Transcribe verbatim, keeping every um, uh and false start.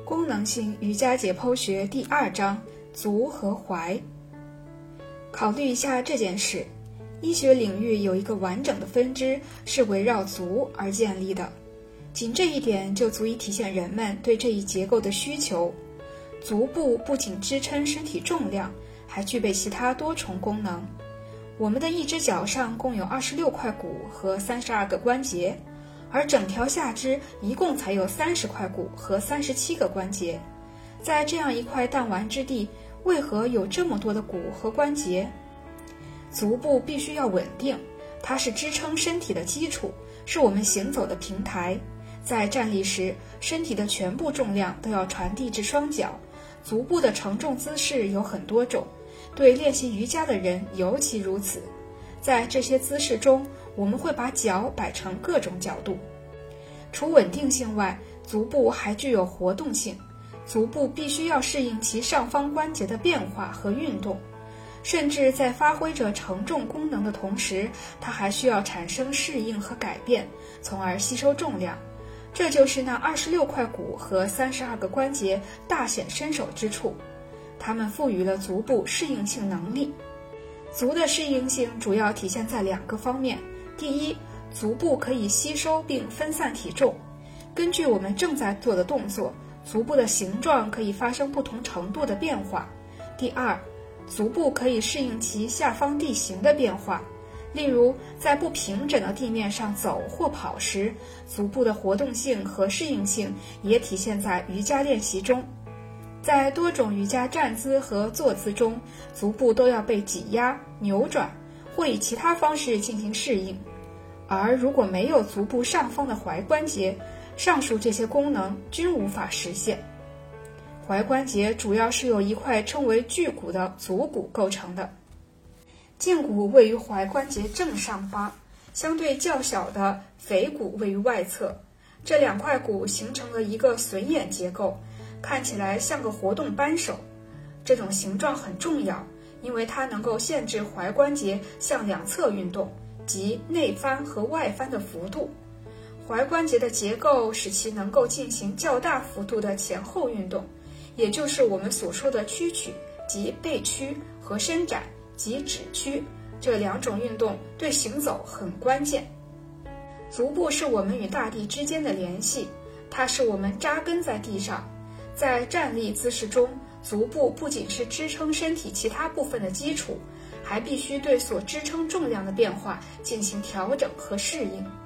功能性瑜伽解剖学第二章：足和踝。考虑一下这件事，医学领域有一个完整的分支是围绕足而建立的，仅这一点就足以体现人们对这一结构的需求。足部不仅支撑身体重量，还具备其他多重功能。我们的一只脚上共有二十六块骨和三十二个关节，而整条下肢一共才有三十块骨和三十七个关节。在这样一块弹丸之地，为何有这么多的骨和关节？足部必须要稳定，它是支撑身体的基础，是我们行走的平台。在站立时，身体的全部重量都要传递至双脚。足部的承重姿势有很多种，对练习瑜伽的人尤其如此。在这些姿势中，我们会把脚摆成各种角度。除稳定性外，足部还具有活动性。足部必须要适应其上方关节的变化和运动，甚至在发挥着承重功能的同时，它还需要产生适应和改变，从而吸收重量。这就是那二十六块骨和三十二个关节大显身手之处，它们赋予了足部适应性能力。足的适应性主要体现在两个方面。第一，足部可以吸收并分散体重。根据我们正在做的动作，足部的形状可以发生不同程度的变化。第二，足部可以适应其下方地形的变化。例如，在不平整的地面上走或跑时，足部的活动性和适应性也体现在瑜伽练习中。在多种瑜伽站姿和坐姿中，足部都要被挤压、扭转，或以其他方式进行适应。而如果没有足部上方的踝关节，上述这些功能均无法实现。踝关节主要是由一块称为距骨的足骨构成的。胫骨位于踝关节正上方，相对较小的腓骨位于外侧。这两块骨形成了一个髓眼结构，看起来像个活动扳手。这种形状很重要，因为它能够限制踝关节向两侧运动，即内翻和外翻的幅度。踝关节的结构使其能够进行较大幅度的前后运动，也就是我们所说的屈曲，即背屈，和伸展，即指屈，这两种运动对行走很关键。足部是我们与大地之间的联系，它使我们扎根在地上。在站立姿势中，足部不仅是支撑身体其他部分的基础，还必须对所支撑重量的变化进行调整和适应。